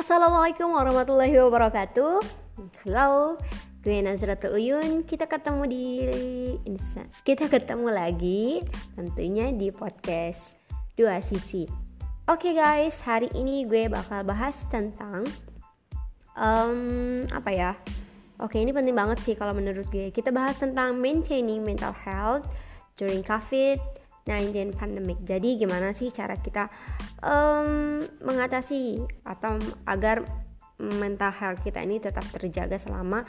Assalamualaikum warahmatullahi wabarakatuh. Halo, gue Nazratul Uyun. Kita ketemu lagi tentunya di podcast Dua Sisi. Oke guys, hari ini gue bakal bahas tentang Oke, ini penting banget sih kalau menurut gue. Kita bahas tentang maintaining mental health during COVID-19 pandemic. Jadi gimana sih cara kita mengatasi atau agar mental health kita ini tetap terjaga selama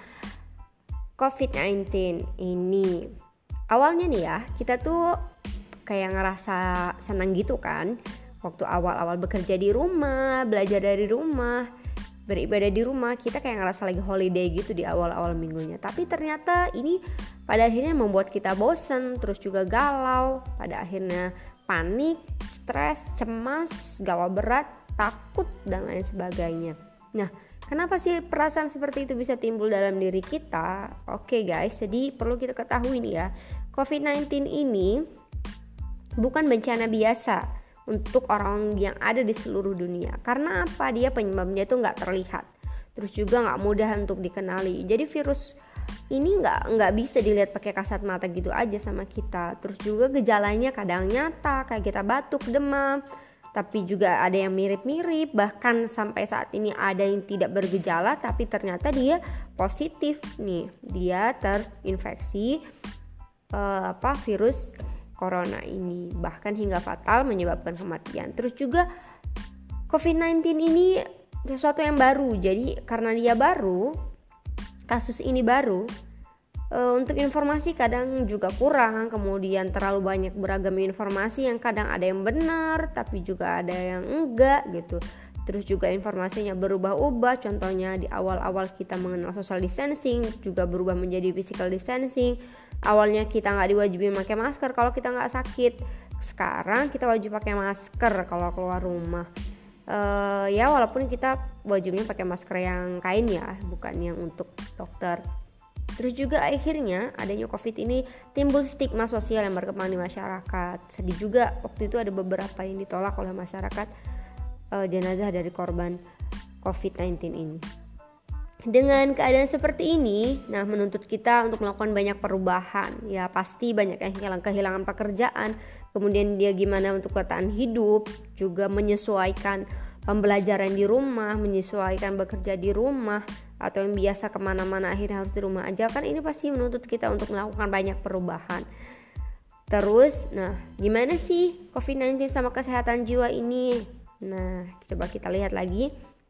COVID-19 ini. Awalnya nih ya, kita tuh kayak ngerasa senang gitu kan waktu awal-awal bekerja di rumah, belajar dari rumah, beribadah di rumah. Kita kayak ngerasa lagi holiday gitu di awal-awal minggunya. Tapi ternyata ini pada akhirnya membuat kita bosan, terus juga galau, pada akhirnya panik, stres, cemas, galau berat, takut, dan lain sebagainya. Nah, kenapa sih perasaan seperti itu bisa timbul dalam diri kita? Oke guys, jadi perlu kita ketahui nih ya, COVID-19 ini bukan bencana biasa untuk orang yang ada di seluruh dunia. Karena apa? Dia penyebabnya itu nggak terlihat, terus juga nggak mudah untuk dikenali. Jadi virus ini nggak bisa dilihat pakai kasat mata gitu aja sama kita. Terus juga gejalanya kadang nyata, kayak kita batuk, demam, tapi juga ada yang mirip-mirip. Bahkan sampai saat ini ada yang tidak bergejala tapi ternyata dia positif nih, dia terinfeksi virus corona ini, bahkan hingga fatal menyebabkan kematian. Terus juga COVID-19 ini sesuatu yang baru. Jadi karena dia baru, kasus ini baru, untuk informasi kadang juga kurang, kemudian terlalu banyak beragam informasi yang kadang ada yang benar tapi juga ada yang enggak gitu. Terus juga informasinya berubah-ubah. Contohnya di awal-awal kita mengenal social distancing juga berubah menjadi physical distancing. Awalnya kita nggak diwajibin pakai masker kalau kita nggak sakit, sekarang kita wajib pakai masker kalau keluar rumah. Ya walaupun kita wajibnya pakai masker yang kain ya, bukan yang untuk dokter. Terus juga akhirnya adanya COVID ini timbul stigma sosial yang berkembang di masyarakat. Sedih juga waktu itu ada beberapa yang ditolak oleh masyarakat, jenazah dari korban COVID-19 ini. Dengan keadaan seperti ini, nah menuntut kita untuk melakukan banyak perubahan. Ya pasti banyak yang kehilangan pekerjaan, kemudian dia gimana untuk bertahan hidup, juga menyesuaikan pembelajaran di rumah, menyesuaikan bekerja di rumah, atau yang biasa kemana-mana akhirnya harus di rumah aja. Kan ini pasti menuntut kita untuk melakukan banyak perubahan. Terus, nah gimana sih COVID-19 sama kesehatan jiwa ini? Nah coba kita lihat lagi.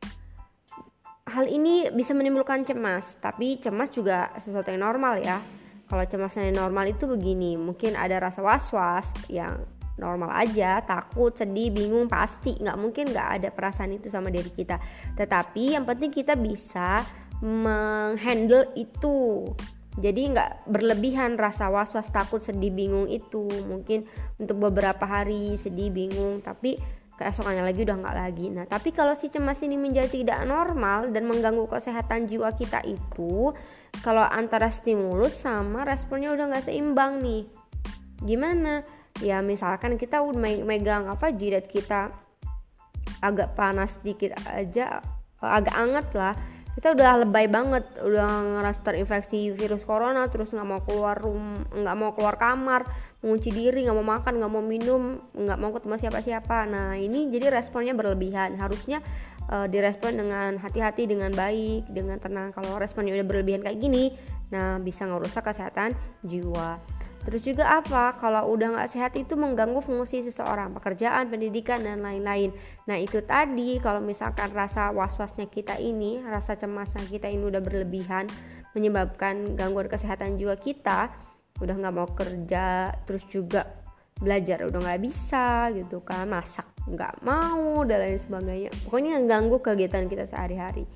Hal ini bisa menimbulkan cemas, tapi cemas juga sesuatu yang normal ya. Kalau cemasnya normal itu begini, mungkin ada rasa was-was yang normal aja, takut, sedih, bingung, pasti nggak mungkin nggak ada perasaan itu sama diri kita. Tetapi yang penting kita bisa menghandle itu. Jadi nggak berlebihan rasa was-was, takut, sedih, bingung itu. Mungkin untuk beberapa hari sedih, bingung, tapi keesokannya lagi udah nggak lagi. Nah tapi kalau si cemas ini menjadi tidak normal dan mengganggu kesehatan jiwa kita itu, kalau antara stimulus sama responnya udah nggak seimbang nih. Gimana? Ya misalkan kita udah megang jidat kita agak panas dikit aja, agak anget lah, kita udah lebay banget, udah ngerasa terinfeksi virus corona, terus nggak mau keluar kamar, mengunci diri, nggak mau makan, nggak mau minum, nggak mau ketemu siapa-siapa. Nah ini jadi responnya berlebihan. Harusnya direspon dengan hati-hati, dengan baik, dengan tenang. Kalau responnya udah berlebihan kayak gini, nah bisa ngerusak kesehatan jiwa. Terus juga kalau udah nggak sehat itu mengganggu fungsi seseorang, pekerjaan, pendidikan, dan lain-lain. Nah itu tadi, kalau misalkan rasa was-wasnya kita ini, rasa cemasnya kita ini udah berlebihan, menyebabkan gangguan kesehatan jiwa kita, udah nggak mau kerja, terus juga belajar udah nggak bisa gitu kan, masak nggak mau, dan lain sebagainya. Pokoknya ganggu kegiatan kita sehari-hari.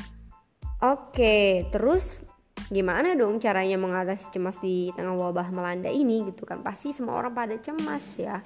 Oke, terus gimana dong caranya mengatasi cemas di tengah wabah melanda ini gitu kan? Pasti semua orang pada cemas ya.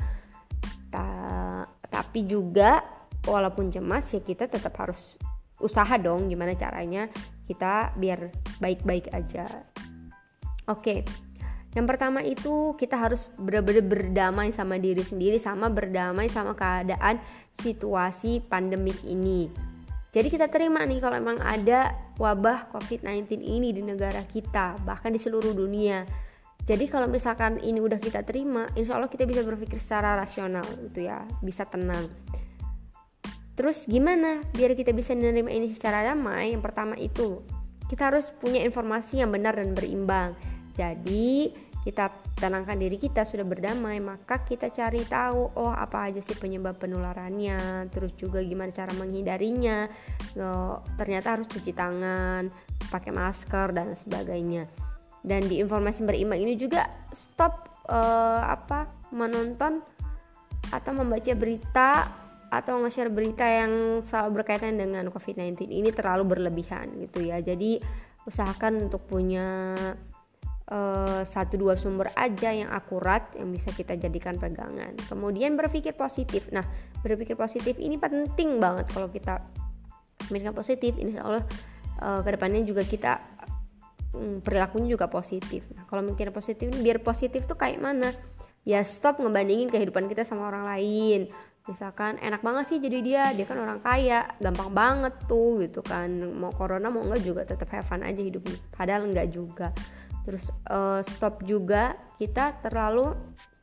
Tapi juga walaupun cemas ya kita tetap harus usaha dong gimana caranya kita biar baik-baik aja. Oke. Yang pertama itu kita harus benar-benar berdamai sama diri sendiri, sama berdamai sama keadaan situasi pandemik ini. Jadi kita terima nih kalau emang ada wabah COVID-19 ini di negara kita, bahkan di seluruh dunia. Jadi kalau misalkan ini udah kita terima, insya Allah kita bisa berpikir secara rasional gitu ya, bisa tenang. Terus gimana biar kita bisa menerima ini secara damai? Yang pertama itu, kita harus punya informasi yang benar dan berimbang. Jadi kita tenangkan diri kita, sudah berdamai, maka kita cari tahu apa aja sih penyebab penularannya, terus juga gimana cara menghindarinya. Ternyata harus cuci tangan, pakai masker dan sebagainya. Dan di informasi berimbang ini juga stop menonton atau membaca berita atau nge-share berita yang selalu berkaitan dengan COVID-19 ini terlalu berlebihan gitu ya. Jadi usahakan untuk punya 1-2 sumber aja yang akurat yang bisa kita jadikan pegangan. Kemudian berpikir positif. Nah, berpikir positif ini penting banget. Kalau kita memikirkan positif, insya Allah kedepannya juga kita perilakunya juga positif. Nah, kalau mikir positif ini biar positif tuh kayak mana? Ya stop ngebandingin kehidupan kita sama orang lain. Misalkan enak banget sih jadi dia kan orang kaya, gampang banget tuh gitu kan. Mau corona mau enggak juga tetap have fun aja hidupnya. Padahal enggak juga. Terus stop juga kita terlalu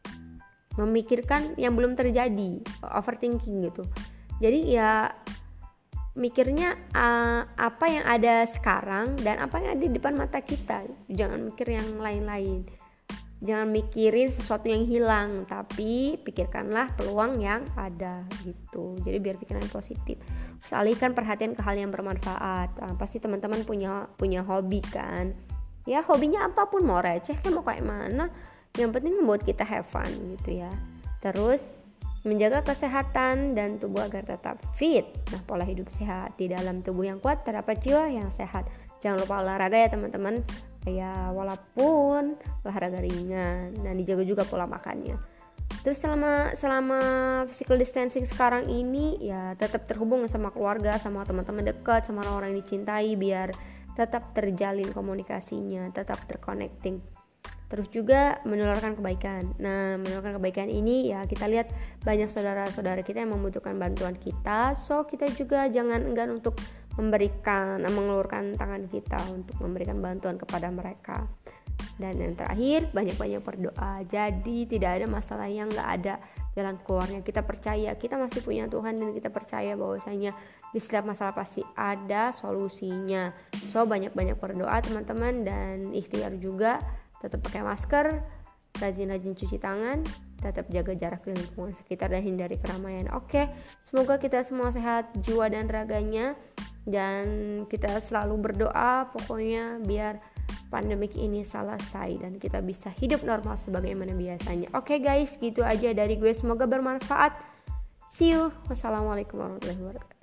memikirkan yang belum terjadi, overthinking gitu. Jadi ya mikirnya apa yang ada sekarang dan apa yang ada di depan mata kita. Jangan mikir yang lain-lain. Jangan mikirin sesuatu yang hilang, tapi pikirkanlah peluang yang ada gitu. Jadi biar pikiran positif. Terus alihkan perhatian ke hal yang bermanfaat. Pasti teman-teman punya hobi kan. Ya hobinya apapun, mau receh kan mau kayak mana, yang penting membuat kita have fun gitu ya. Terus menjaga kesehatan dan tubuh agar tetap fit. Nah, pola hidup sehat, di dalam tubuh yang kuat terdapat jiwa yang sehat. Jangan lupa olahraga ya teman-teman, ya walaupun olahraga ringan, dan dijaga juga pola makannya. Terus selama physical distancing sekarang ini ya tetap terhubung sama keluarga, sama teman-teman dekat, sama orang-orang yang dicintai, biar tetap terjalin komunikasinya, tetap terconnecting. Terus juga menularkan kebaikan. Nah, menularkan kebaikan ini ya kita lihat banyak saudara-saudara kita yang membutuhkan bantuan kita. So kita juga jangan enggan untuk mengelurkan tangan kita untuk memberikan bantuan kepada mereka. Dan yang terakhir, banyak-banyak berdoa. Jadi tidak ada masalah yang gak ada jalan keluarnya. Kita percaya, kita masih punya Tuhan, dan kita percaya bahwasanya di setiap masalah pasti ada solusinya. So banyak-banyak berdoa teman-teman, dan ikhtiar juga. Tetap pakai masker, rajin-rajin cuci tangan, tetap jaga jarak di lingkungan sekitar dan hindari keramaian. Oke, semoga kita semua sehat jiwa dan raganya, dan kita selalu berdoa pokoknya biar pandemik ini selesai dan kita bisa hidup normal sebagaimana biasanya. Oke guys, gitu aja dari gue, semoga bermanfaat. See you. Wassalamualaikum warahmatullahi wabarakatuh.